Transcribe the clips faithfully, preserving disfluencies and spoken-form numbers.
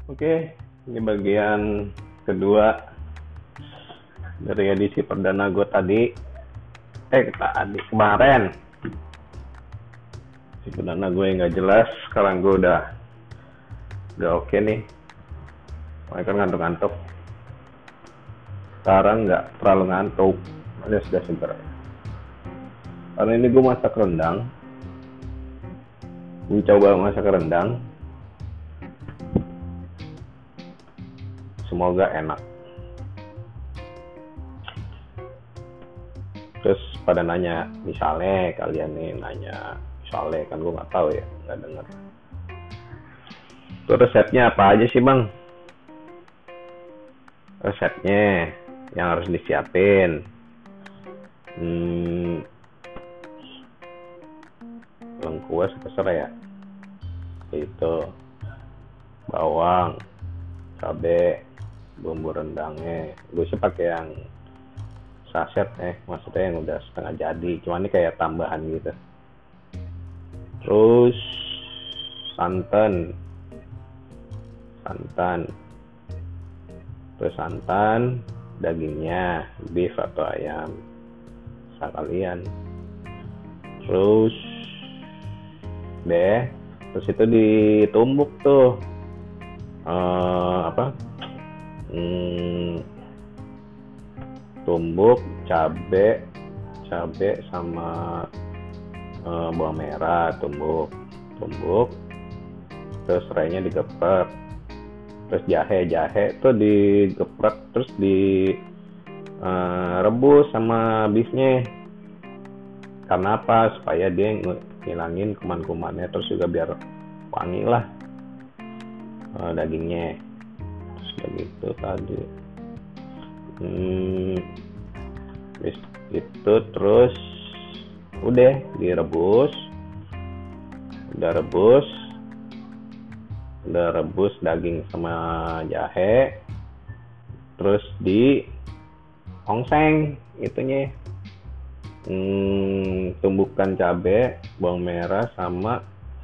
Oke, ini bagian kedua dari edisi perdana gue tadi. Eh, tadi kemarin. Si perdana gue nggak jelas. Sekarang gue udah udah oke nih. Makanya kan ngantuk-ngantuk. Sekarang nggak terlalu ngantuk. Ada sudah seger. Karena ini gue masak rendang. Mencoba masak rendang. Semoga enak. Terus pada nanya, misalnya kalian nih nanya, misalnya kan gue nggak tahu ya, nggak dengar. Itu resepnya apa aja sih bang? Resepnya yang harus disiapin. Hmm, lengkuas apa serai ya? Itu bawang, cabai, bumbu rendangnya. Gue sih pakai yang saset eh maksudnya yang udah setengah jadi, cuma ini kayak tambahan gitu. Terus santan santan terus santan, dagingnya beef atau ayam sekalian. Terus deh terus itu ditumbuk tuh uh, apa hmm, tumbuk cabe cabe sama uh, bawang merah, tumbuk tumbuk terus serainya digeprek, terus jahe jahe tuh digeprek, terus di uh, rebus sama beefnya. Karena apa? Supaya dia ngilangin kuman-kumannya, terus juga biar wangi lah uh, dagingnya. Terus begitu tadi. Hmm, itu terus udah direbus, udah rebus, udah rebus daging sama jahe, terus di ongseng itunya. Hmm, tumbukan cabai, bawang merah sama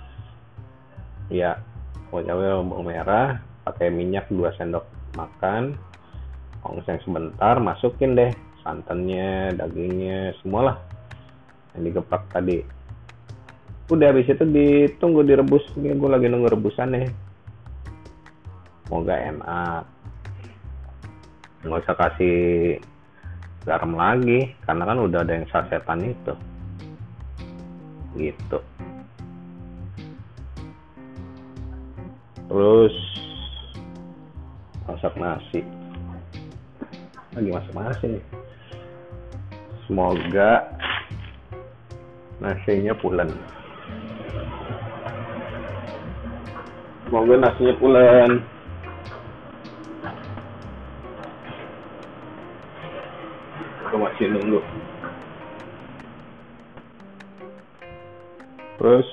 ya cabai bawang merah, pakai minyak dua sendok makan, ongseng sebentar, masukin deh santannya, dagingnya, semualah yang digeprek tadi. Udah habis itu ditunggu direbus. Ini gue lagi nunggu rebusan nih. Semoga enak. Nggak usah kasih garam lagi karena kan udah ada yang sasetan itu gitu. Terus masak nasi, lagi masak nasi nih. Semoga nasinya pulen. Semoga nasinya pulen. Aku masih nunggu. Terus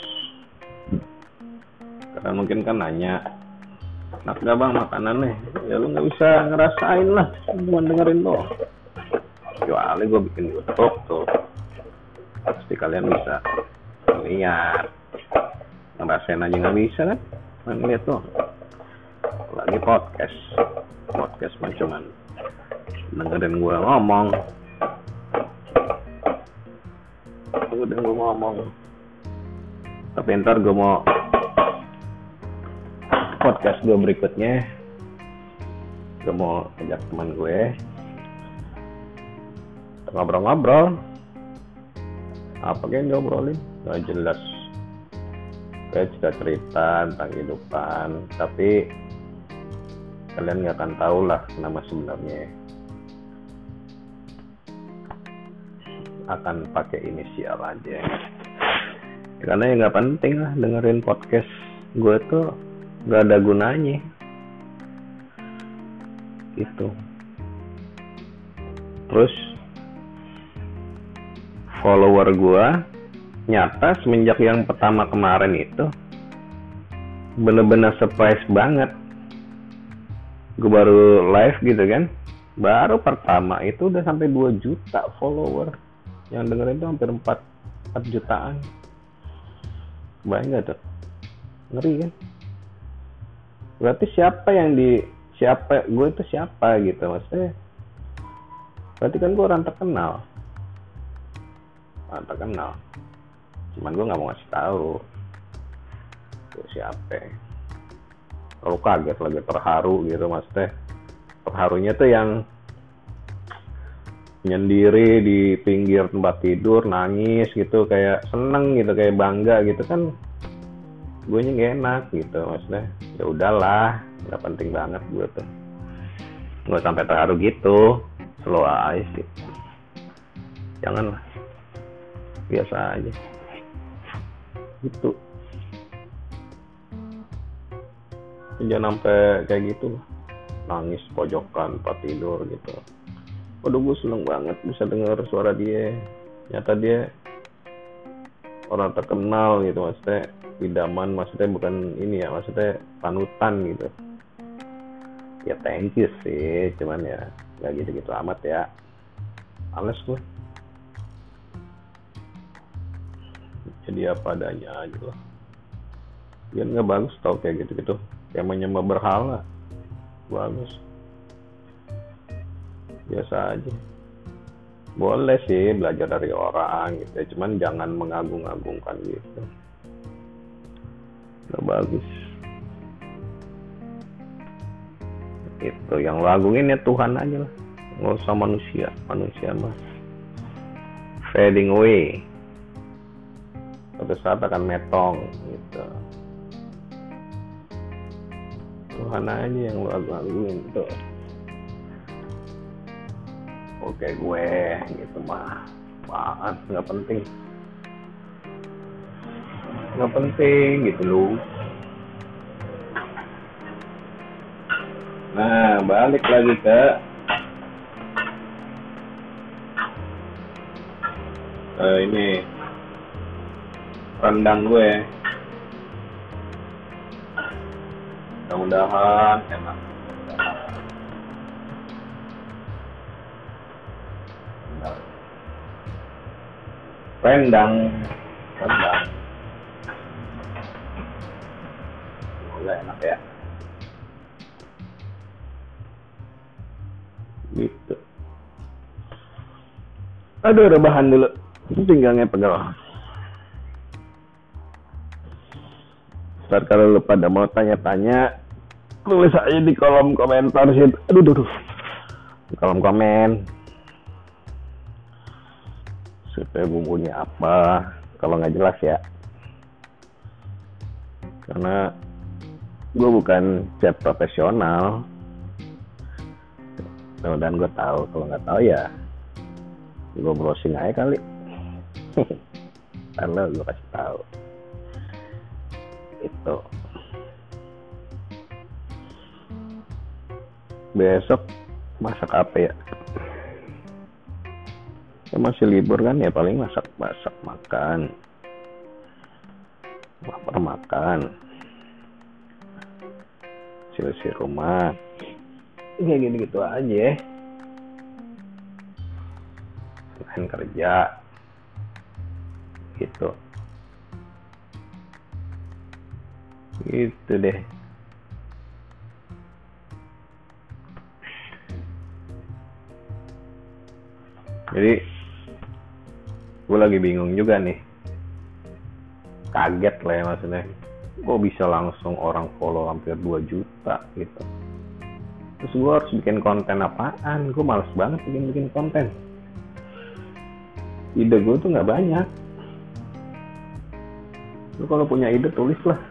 karena mungkin kan nanya, enak gak bang makanannya? Ya lu gak bisa ngerasain lah, cuma dengerin doang. Kecuali gue bikin YouTube tuh, pasti kalian bisa lihat. Ngerasain aja gak bisa kan? Ngeliat tuh. Lagi podcast. Podcast mah cuman dengerin gue ngomong. Udah gue ngomong. Tapi ntar gue mau podcast gue berikutnya, gue mau ajak teman gue ngobrol-ngobrol. Apa yang ngobrolin? Gak jelas. Kayak cerita-cerita tentang kehidupan, tapi kalian gak akan tahu lah nama sebenarnya. Akan pakai inisial aja. Karena ya gak penting lah dengerin podcast gue tuh, gak ada gunanya gitu. Terus follower gue nyata semenjak yang pertama kemarin itu bener-bener surprise banget. Gue baru live gitu kan, baru pertama itu udah sampai dua juta follower. Yang dengerin itu hampir empat jutaan. Bayang gak tuh? Ngeri kan? Berarti siapa yang di siapa gue itu siapa gitu maksudnya? Berarti kan gue orang terkenal, orang terkenal. Cuman gue nggak mau ngasih tahu gue siapa. Lalu kaget lagi, terharu gitu maksudnya. Terharunya tuh yang nyendiri di pinggir tempat tidur nangis gitu, kayak seneng gitu, kayak bangga gitu kan. Gue nya gak enak gitu maksudnya. Ya udahlah, nggak penting banget gue tuh, nggak sampai terharu gitu, slow aja sih, janganlah, biasa aja gitu. Jangan sampai kayak gitu, nangis pojokan tempat tidur gitu. Waduh, gue seneng banget bisa dengar suara dia, nyata dia orang terkenal gitu maksudnya, idaman maksudnya, bukan ini ya maksudnya panutan gitu. Ya thank you sih, cuman ya nggak gitu-gitu amat ya, males gue. Jadi apa adanya aja lah, biar nggak bagus tau kayak gitu-gitu, kayak menyembah berhala. Bagus, biasa aja. Boleh sih belajar dari orang gitu ya, cuman jangan mengagung-agungkan gitu, nggak bagus. Itu yang lo agungin ya Tuhan aja lah, nggak usah manusia. Manusia mah fading away, suatu saat akan metong gitu. Tuhan aja yang lo agung-agungin tuh. Oke gue gitu mah apaan, nggak penting, nggak penting gitu lo. Nah, balik lagi ke uh, ini rendang gue. Mudah-mudahan enak. Rendang, rendang. Semoga enak ya. Gitu. Aduh, rebahan dulu, pinggangnya pegel. Ntar kalau lu pada mau tanya-tanya, tulis aja di kolom komentar sih. Aduh, aduh, aduh. Di kolom komen. Supaya bumbunya apa, kalau nggak jelas ya. Karena gue bukan chef profesional. Dan gue tahu, kalau nggak tahu ya gue browsing aja kali. Karena gue kasih tahu itu. Besok masak apa ya? Ya masih libur kan ya, paling masak-masak makan, lapar makan, bersih rumah. Kayak gini-gitu aja. Selain kerja gitu. Gitu deh. Jadi gue lagi bingung juga nih. Kaget lah ya maksudnya. Kok bisa langsung orang follow hampir dua juta gitu. Terus gue harus bikin konten apaan? Gue males banget bikin-bikin konten. Ide gue tuh gak banyak. Lu kalau punya ide tulis lah.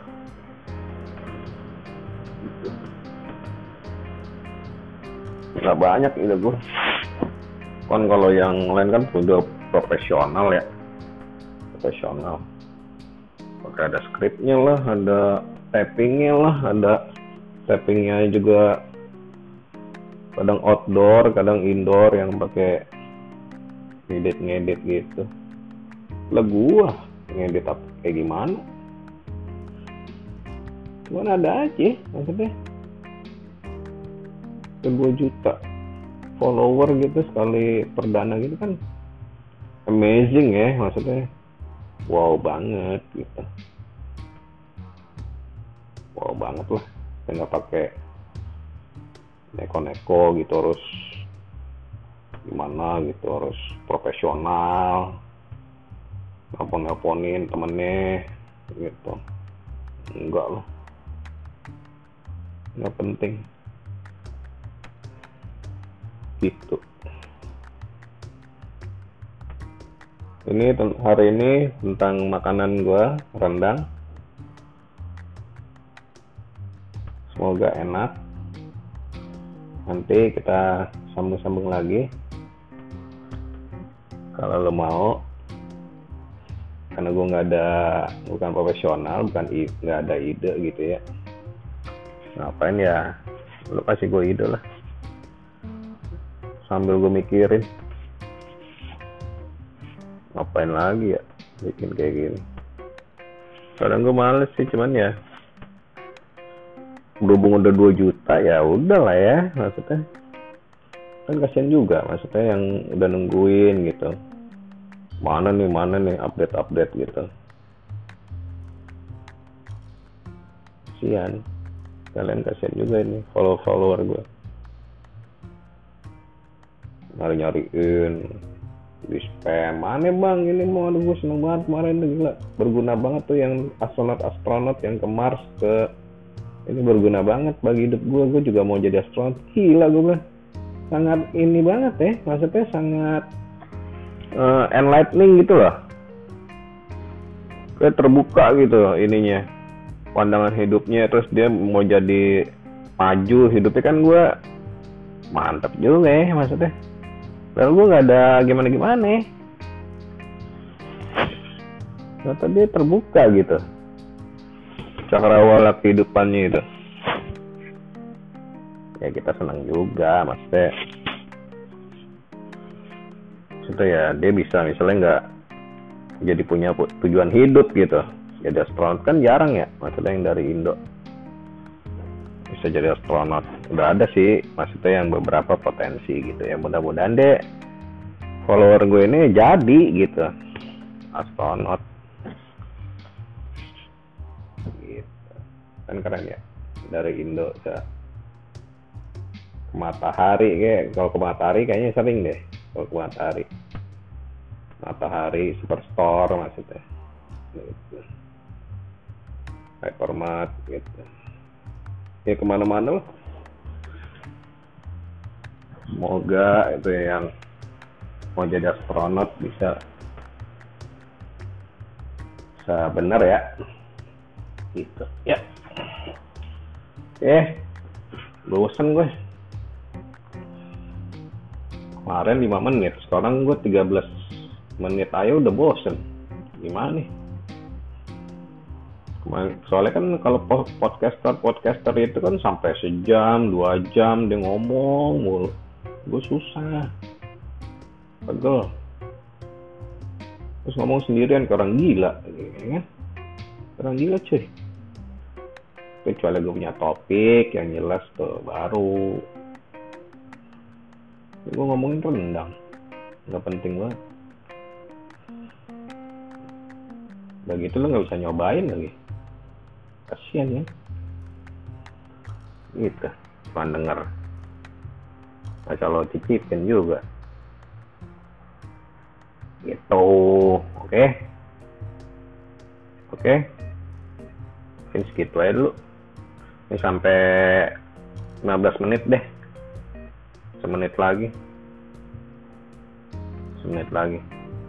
Gitu. Gak banyak ide gue. Kan kalau yang lain kan udah profesional ya. Profesional. Pakai ada skripnya lah, ada tappingnya lah, ada tappingnya juga. Kadang outdoor, kadang indoor yang pakai ngedit-ngedit gitu. Lah gua ngedit apa kayak gimana? Cuman ada aja maksudnya. dua juta follower gitu sekali perdana gitu kan amazing ya maksudnya. Wow banget gitu. Wow banget lah. nggak pakai neko-neko gitu, harus gimana gitu, harus profesional, nelpon-nelponin temennya gitu. Enggak lah, nggak penting gitu. Ini hari ini tentang makanan gua, rendang. Semoga enak. Nanti kita sambung-sambung lagi kalau lo mau, karena gue nggak ada, bukan profesional, bukan nggak ada ide gitu ya. Ngapain ya, lo kasih gue ide lah sambil gue mikirin ngapain lagi ya bikin kayak gini. Kadang gue males sih, cuman ya berhubung udah dua juta ya udah lah ya, maksudnya kan kasian juga, maksudnya yang udah nungguin gitu, mana nih mana nih update-update gitu. Kasian, kalian kasian juga ini follow-follower gue, nyari-nyariin di spam. Mana bang ini mau, aduh gue seneng banget kemarin, gila berguna banget tuh yang astronot-astronot yang ke Mars, ke ini berguna banget bagi hidup gue, gue juga mau jadi astronot. Gila gue bilang, sangat ini banget ya, maksudnya sangat uh, enlightening gitu loh, kayak terbuka gitu ininya, pandangan hidupnya. Terus dia mau jadi maju hidupnya, kan gue mantap juga ya, maksudnya lalu gue nggak ada gimana-gimana ya, ternyata dia terbuka gitu cakrawala kehidupannya itu. Ya kita senang juga, maksudnya maksudnya ya dia bisa misalnya nggak jadi punya tujuan hidup gitu, jadi astronot kan jarang ya, maksudnya yang dari Indo bisa jadi astronot. Udah ada sih maksudnya yang beberapa potensi gitu ya, mudah-mudahan deh follower gue ini jadi gitu astronot gitu, kan keren ya, dari Indo ya. Ke matahari, kayak kalau ke matahari kayaknya sering deh kalau ke matahari, matahari superstore maksudnya gitu, hypermart gitu ya, kemana-mana loh. Semoga itu yang mau jadi astronot bisa bisa bener ya gitu ya. Eh bosen gue kemarin lima menit, sekarang gue tiga belas menit aja udah bosen. Gimana nih? Soalnya kan kalau podcaster podcaster itu kan sampai sejam dua jam dia ngomong mulu, gue susah, pegel. Terus ngomong sendirian ke orang gila, ya kan? Orang gila cuy. Kecuali gue punya topik yang jelas tuh baru. Gue ngomongin rendang, nggak penting banget. Begitu lo nggak bisa nyobain lagi. Kasian ya gitu, cuma denger masa lo cicipin juga gitu. Oke okay? Oke okay? Mungkin segitu aja dulu, ini sampai lima belas menit deh, semenit lagi semenit lagi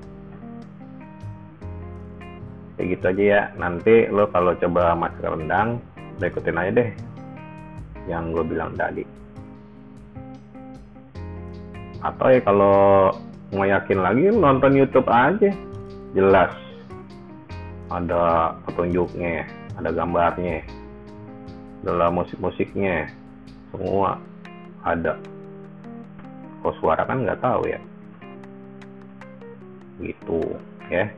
kayak gitu aja ya. Nanti lo kalau coba masak rendang, lo ikutin aja deh yang gue bilang tadi. Atau ya kalau mau yakin lagi, nonton YouTube aja, jelas ada petunjuknya, ada gambarnya, ada musik-musiknya, semua ada. Kalau suara kan nggak tahu ya gitu ya.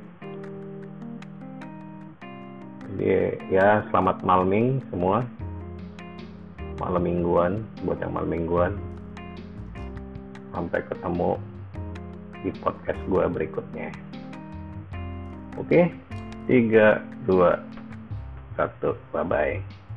Jadi ya selamat malam semua, malam mingguan buat yang malam mingguan. Sampai ketemu di podcast gue berikutnya. Oke, tiga, dua, satu, bye bye.